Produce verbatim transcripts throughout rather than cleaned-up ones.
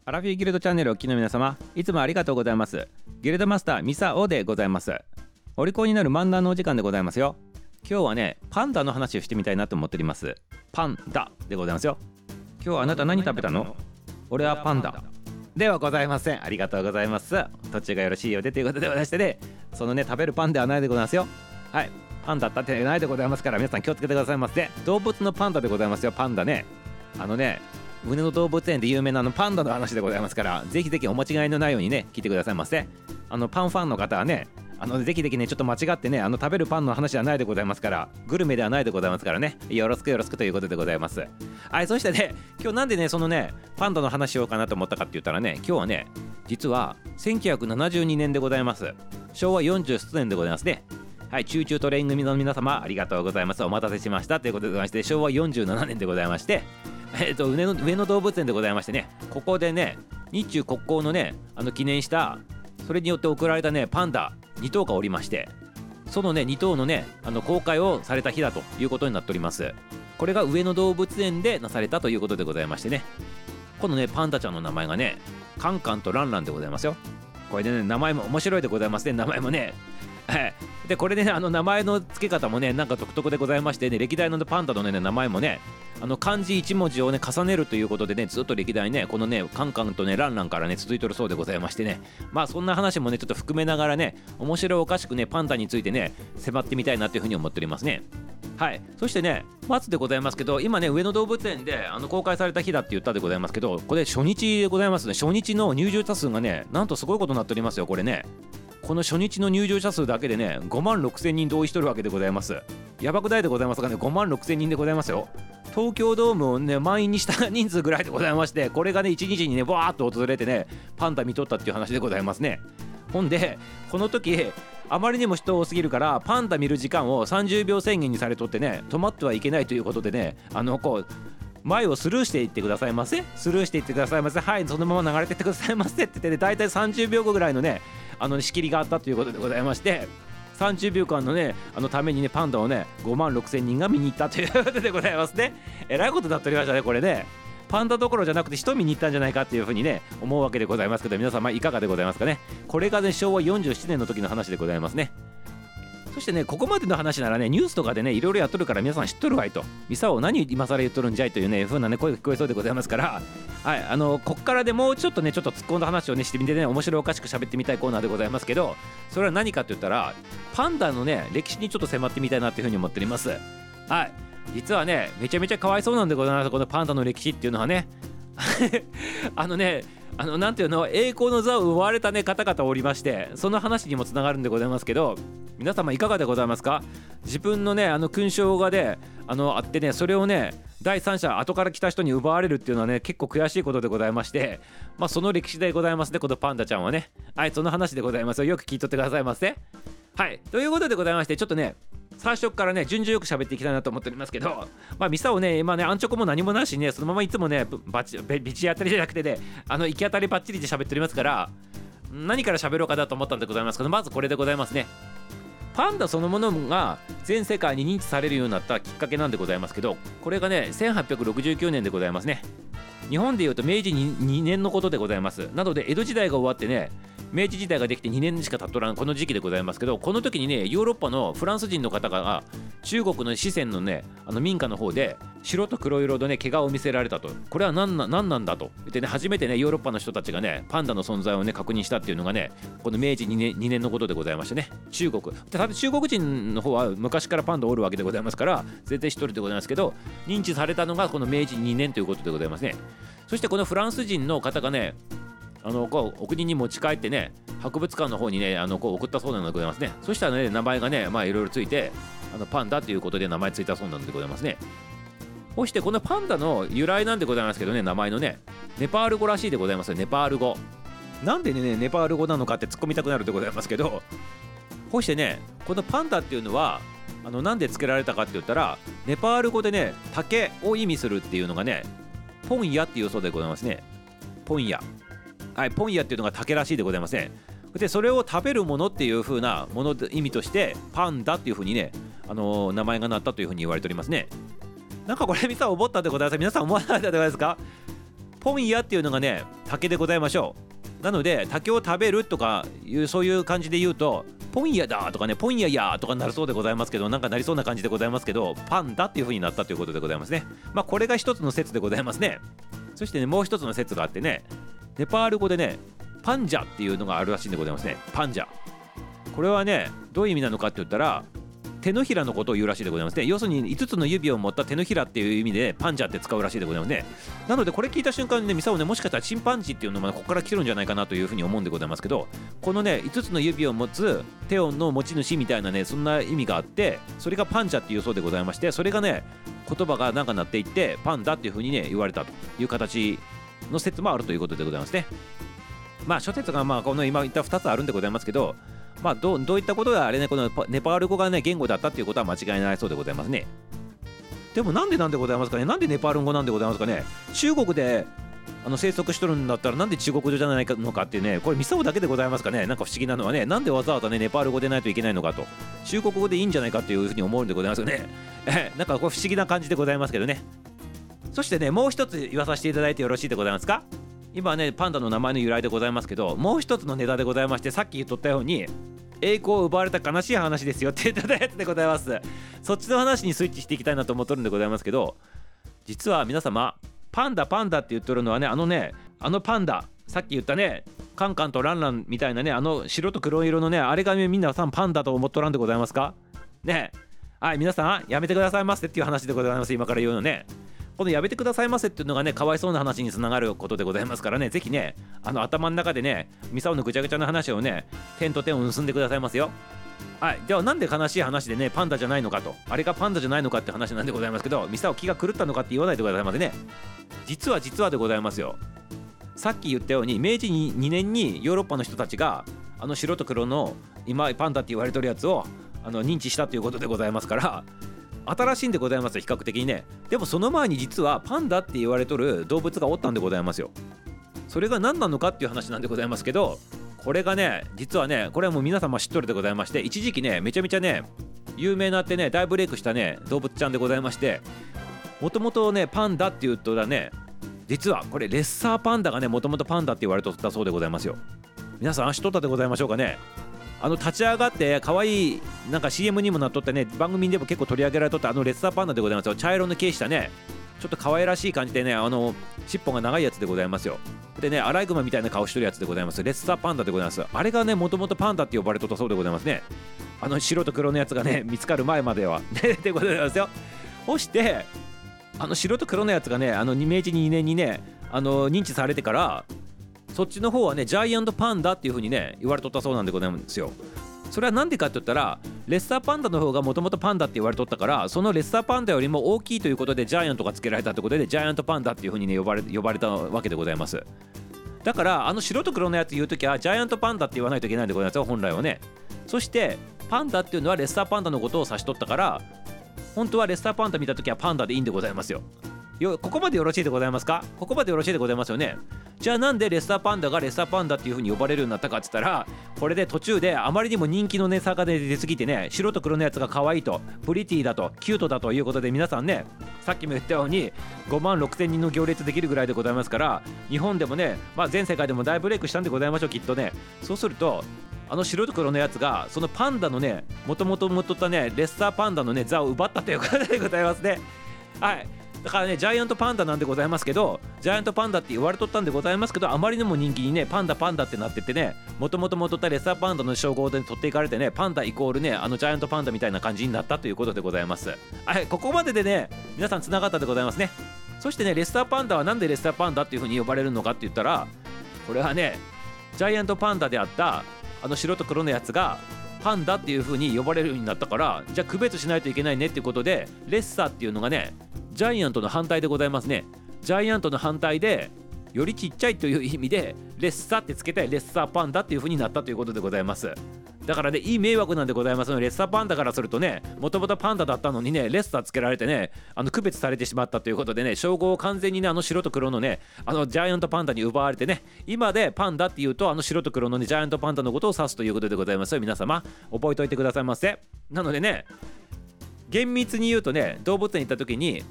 アラフィーギルドチャンネルをお聞きの皆様、いつもありがとうございます。ギルドマスターミサオでございます。お利口になる漫談のお時間でございますよ。今日はね、パンダの話をしてみたいなと思っております。パンダでございますよ。今日はあなた何食べたの？俺はパンダではございません。ありがとうございます。途中がよろしいようでということでございましてね、そのね、食べるパンではないでございますよ。はい、パンダだってないでございますから、皆さん気をつけてくださいませ。動物のパンダでございますよ。パンダね、あのね、上野動物園で有名なあのパンダの話でございますから、ぜひぜひお間違いのないようにね、聞いてくださいませ。あのパンファンの方はね、あのぜひぜひね、ちょっと間違ってね、あの食べるパンの話ではないでございますから、グルメではないでございますからね、よろしくよろしくということでございます。はい、そしてね、今日なんでね、そのね、パンダの話しようかなと思ったかって言ったらね、今日はね、実はせんきゅうひゃくななじゅうにねんでございます。しょうわよんじゅうななねんでございますね。はい、チューチュートレイン組の皆様、ありがとうございます。お待たせしましたということでございまして、しょうわよんじゅうななねんでございまして、えっと上野、上野動物園でございましてね、ここでね、日中国交のね、あの記念したそれによって贈られたね、パンダにとうがおりまして、そのねにとうのね、あの公開をされた日だということになっております。これが上野動物園でなされたということでございましてね、このねパンダちゃんの名前がね、カンカンとランランでございますよ。これでね、名前も面白いでございますね。名前もね、でこれでね、あの名前の付け方もね、なんか独特でございましてね、歴代のパンダのね名前もね、あの漢字いち文字をね重ねるということでね、ずっと歴代ね、このねカンカンとねランランからね続いてるそうでございましてね、まあそんな話もねちょっと含めながらね、面白おかしくねパンダについてね迫ってみたいなというふうに思っておりますね。はい、そしてね、末でございますけど、今ね上野動物園であの公開された日だって言ったでございますけど、これ初日でございますね。初日の入場者数がね、なんとすごいことになっておりますよ。これね、この初日の入場者数だけでね、ごまんろくせんにん同意しとるわけでございます。やばくないでございますがね、ごまんろくせんにんでございますよ。東京ドームをね満員にした人数ぐらいでございまして、これがねいちにちにねバーっと訪れてね、パンダ見とったっていう話でございますね。ほんでこの時あまりにも人多すぎるから、パンダ見る時間をさんじゅうびょう宣言にされとってね、止まってはいけないということでね、あのこう前をスルーしていってくださいませ、スルーしていってくださいませ、はい、そのまま流れていってくださいませって言ってね、大体さんじゅうびょうごぐらいのね、あの仕切りがあったということでございまして、さんじゅうびょうかんのね、あのためにね、パンダをねごまんろくせんにんが見に行ったということでございますね。えらいことになっておりましたね、これね。パンダどころじゃなくて人見に行ったんじゃないかっていうふうにね思うわけでございますけど、皆様いかがでございますかね。これがねしょうわよんじゅうななねんの時の話でございますね。そしてね、ここまでの話ならね、ニュースとかでねいろいろやっとるから皆さん知っとるわいと、ミサオ何今更言っとるんじゃいというね風なね声が聞こえそうでございますから、はい、あのこっからでもうちょっとねちょっと突っ込んだ話をねしてみてね、面白おかしく喋ってみたいコーナーでございますけど、それは何かって言ったら、パンダのね歴史にちょっと迫ってみたいなというふうに思っております。はい、実はねめちゃめちゃかわいそうなんでございます、このパンダの歴史っていうのはねあのね、あのなんていうの、栄光の座を奪われたね方々おりまして、その話にもつながるんでございますけど、皆様いかがでございますか。自分のねあの勲章がねあのあってね、それをね第三者後から来た人に奪われるっていうのはね結構悔しいことでございまして、まあその歴史でございますね、このパンダちゃんはね。はい、その話でございますよ。よく聞いとってくださいませ。はい、ということでございまして、ちょっとね最初からね順序よく喋っていきたいなと思っておりますけど、まあミサをね今ねアンチョコも何もなしね、そのままいつもねバチビチ当たりじゃなくてね、あの行き当たりばっちりで喋っておりますから、何から喋ろうかなと思ったんでございますけど、まずこれでございますね。パンダそのものが全世界に認知されるようになったきっかけなんでございますけど、これがねせんはっぴゃくろくじゅうきゅうねんでございますね。日本でいうと明治 に, にねんのことでございます。なので江戸時代が終わってね、明治時代ができてにねんしか経っとらんこの時期でございますけど、この時にねヨーロッパのフランス人の方が中国の四川のねあの民家の方で白と黒色のね毛皮を見せられたと、これは何な、何なんだと言ってね、初めてねヨーロッパの人たちがねパンダの存在をね確認したっていうのがね、この明治にねん、にねんのことでございましてね、中国で多分中国人の方は昔からパンダおるわけでございますから、絶対一人でございますけど、認知されたのがこの明治にねんということでございますね。そしてこのフランス人の方がね、あのこうお国に持ち帰ってね、博物館の方にねあのこう送ったそうなのでございますね。そしたらね名前がねまあいろいろついて、あのパンダということで名前ついたそうなんでございますね。そしてこのパンダの由来なんでございますけどね、名前のねネパール語らしいでございますよ。ネパール語なんでねネパール語なのかって突っ込みたくなるでございますけど、こうしてねこのパンダっていうのはあのなんで付けられたかって言ったら、ネパール語でね竹を意味するっていうのがねポンヤっていうそうでございますね。ポンヤ、はい、ポンヤっていうのが竹らしいでございますね。でそれを食べるものっていう風なもの意味としてパンダっていう風にね、あのー、名前がなったという風に言われておりますね。なんかこれ皆さん思ったでございます。皆さん思わないでございますか。ポンヤっていうのがね竹でございましょう。なので竹を食べるとかいうそういう感じで言うとポンヤだとかね、ポンヤやとかなるそうでございますけど、なんかなりそうな感じでございますけど、パンダっていう風になったということでございますね。まあこれが一つの説でございますね。そしてね、もう一つの説があってね、ネパール語でねパンジャっていうのがあるらしいんでございますね。パンジャ、これはねどういう意味なのかって言ったら、手のひらのことを言うらしいでございますね。要するにいつつの指を持った手のひらっていう意味でパンジャって使うらしいでございますね。なのでこれ聞いた瞬間にね、ミサオね、もしかしたらチンパンジーっていうのもここから来てるんじゃないかなというふうに思うんでございますけど、このねいつつの指を持つ手の持ち主みたいなね、そんな意味があって、それがパンジャっていうそうでございまして、それがね言葉がなんかなっていってパンダっていうふうにね言われたという形の説もあるということでございますね。まあ諸説がまあこの今言ったふたつあるんでございますけど、まあどう、どういったことがあれね、このネパール語がね言語だったっていうことは間違いないそうでございますね。でもなんでなんでございますかね、なんでネパール語なんでございますかね。中国であの生息しとるんだったらなんで中国語じゃないのかっていうね、これミサオだけでございますかね。なんか不思議なのはね、なんでわざわざねネパール語でないといけないのかと、中国語でいいんじゃないかっていうふうに思うんでございますよね。なんかこれ不思議な感じでございますけどね。そしてね、もう一つ言わさせていただいてよろしいでございますか。今ねパンダの名前の由来でございますけど、もう一つのネタでございまして、さっき言っとったように栄光を奪われた悲しい話ですよって言ってたやつでございます。そっちの話にスイッチしていきたいなと思っとるんでございますけど、実は皆様パンダパンダって言っとるのはね、あのねあのパンダ、さっき言ったねカンカンとランランみたいなね、あの白と黒色のね、あれがねみんなさんパンダと思っとらんでございますかね。はい皆さんやめてくださいませっていう話でございます。今から言うのね、このやめてくださいませっていうのがね、かわいそうな話につながることでございますからね、ぜひねあの頭の中でねミサオのぐちゃぐちゃな話をね点と点を結んでくださいますよ。はい、ではなんで悲しい話でねパンダじゃないのかと、あれがパンダじゃないのかって話なんでございますけど、ミサオ気が狂ったのかって言わないでくださいませね。実は実はでございますよ。さっき言ったように明治にねんにヨーロッパの人たちがあの白と黒の今パンダって言われてるやつをあの認知したということでございますから、新しいんでございますよ、比較的にね。でもその前に実はパンダって言われとる動物がおったんでございますよ。それが何なのかっていう話なんでございますけど、これがね実はね、これはもう皆様知っとるでございまして、一時期ねめちゃめちゃね有名なってね大ブレイクしたね動物ちゃんでございまして、もともとねパンダって言うとだね、実はこれレッサーパンダがねもともとパンダって言われとったそうでございますよ。皆さん知っとったでございましょうかね。あの立ち上がって可愛いなんか シーエム にもなっとってね、番組でも結構取り上げられとったあのレッサーパンダでございますよ。茶色の毛したねちょっと可愛らしい感じでね、あの尻尾が長いやつでございますよ。でねアライグマみたいな顔してるやつでございます。レッサーパンダでございます。あれがねもともとパンダって呼ばれとったそうでございますね。あの白と黒のやつがね見つかる前まではねってことでございますよ。そしてあの白と黒のやつがねあの明治にねんにねあの認知されてから、そっちの方はねジャイアントパンダっていう風にね言われとったそうなんでございますよ。それはなんでかって言ったら、レッサーパンダの方がもともとパンダって言われとったから、そのレッサーパンダよりも大きいということでジャイアントがつけられたってことでジャイアントパンダっていう風にね呼ばれ呼ばれたわけでございます。だからあの白と黒のやつ言うときはジャイアントパンダって言わないといけないんでございますよ、本来はね。そしてパンダっていうのはレッサーパンダのことを指しとったから、本当はレッサーパンダ見たときはパンダでいいんでございますよ。よここまでよろしいでございますか。ここまでよろしいでございますよね。じゃあなんでレッサーパンダがレッサーパンダっていう風に呼ばれるようになったかって言ったら、これで途中であまりにも人気のね差が出すぎてね、白と黒のやつが可愛いとプリティだとキュートだということで、皆さんねさっきも言ったようにごまんろくせんにんの行列できるぐらいでございますから、日本でもね、まあ、全世界でも大ブレイクしたんでございましょうきっとね。そうするとあの白と黒のやつがそのパンダのねもともと持っとったねレッサーパンダのね座を奪ったということでございますね。はい、だからねジャイアントパンダなんでございますけど、ジャイアントパンダって言われとったんでございますけど、あまりにも人気にねパンダパンダってなってってね、もともと持っとったレッサーパンダの称号で取っていかれてね、パンダイコールねあのジャイアントパンダみたいな感じになったということでございます。はい、ここまででね皆さんつながったでございますね。そしてねレッサーパンダはなんでレッサーパンダっていう風に呼ばれるのかって言ったら、これはねジャイアントパンダであったあの白と黒のやつがパンダっていう風に呼ばれるようになったから、じゃあ区別しないといけないねっていうことで、レッサーっていうのがねジャイアントの反対でございますね。ジャイアントの反対でよりちっちゃいという意味でレッサーってつけてレッサーパンダっていう風になったということでございます。だからねいい迷惑なんでございますので、レッサーパンダからするとねもともとパンダだったのにねレッサーつけられてねあの区別されてしまったということでね、称号を完全にねあの白と黒のねあのジャイアントパンダに奪われてね、今でパンダっていうとあの白と黒のねジャイアントパンダのことを指すということでございますよ。皆様覚えておいてくださいませ。なのでね厳密に言うとね動物園に行った時に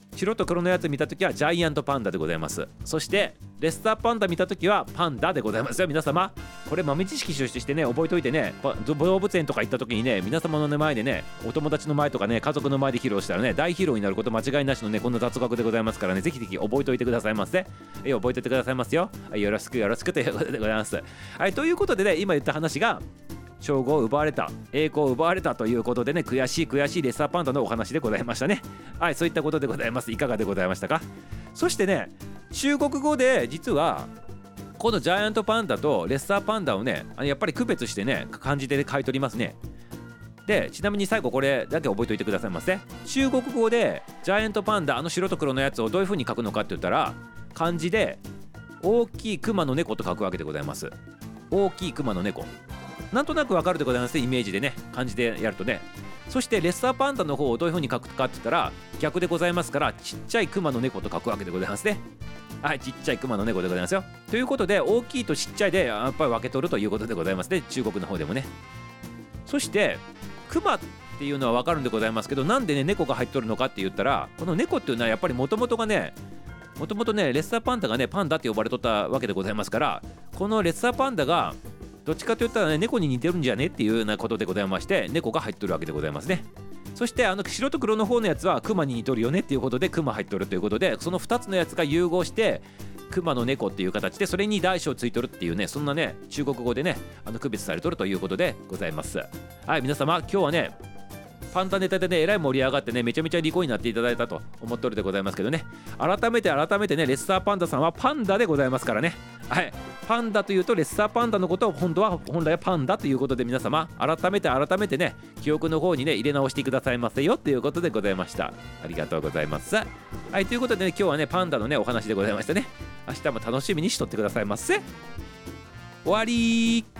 白と黒のやつ見たときはジャイアントパンダでございます。そしてレッサーパンダ見たときはパンダでございますよ。皆様これ豆知識としてね覚えておいてね、動物園とか行ったときにね、皆様の前でね、お友達の前とかね、家族の前で披露したらね、大披露になること間違いなしのね、こんな雑学でございますからね、ぜひぜひ覚えておいてくださいませ。え覚えておいてくださいますよ。はい、よろしくよろしくということでございます。はい、ということでね、今言った話が称号を奪われた、栄光を奪われたということでね、悔しい悔しいレッサーパンダのお話でございましたね。はい、そういったことでございます。いかがでございましたか。そしてね、中国語で実はこのジャイアントパンダとレッサーパンダをね、やっぱり区別してね、漢字で書いておりますね。で、ちなみに最後これだけ覚えておいてくださいませ。中国語でジャイアントパンダ、あの白と黒のやつをどういう風に書くのかって言ったら、漢字で大きい熊の猫と書くわけでございます。大きい熊の猫、なんとなくわかるでございますね、イメージでね、漢字でやるとね。そしてレッサーパンダの方をどういう風に書くかって言ったら逆でございますから、ちっちゃい熊の猫と書くわけでございますね。はい、ちっちゃい熊の猫でございますよ。ということで大きいとちっちゃいでやっぱり分け取るということでございますね、中国の方でもね。そして熊っていうのは分かるんでございますけど、なんでね猫が入っとるのかって言ったら、この猫っていうのはやっぱりもともとがねもともとねレッサーパンダがねパンダって呼ばれとったわけでございますから、このレッサーパンダがどっちかといったらね猫に似てるんじゃねっていうようなことでございまして、猫が入っとるわけでございますね。そしてあの白と黒の方のやつはクマに似とるよねっていうことでクマ入っとるということで、そのふたつのやつが融合してクマの猫っていう形で、それに大小ついとるっていうね、そんなね中国語でねあの区別されとるということでございます。はい、皆様今日はねパンダネタでねえらい盛り上がってね、めちゃめちゃ利口になっていただいたと思っとるでございますけどね、改めて改めてねレッサーパンダさんはパンダでございますからね。はい、パンダというとレッサーパンダのことを本当は本来はパンダということで、皆様改めて改めてね記憶の方にね入れ直してくださいませよということでございました。ありがとうございます。はい、ということでね今日はねパンダのねお話でございましたね。明日も楽しみにしとってくださいませ。終わりー。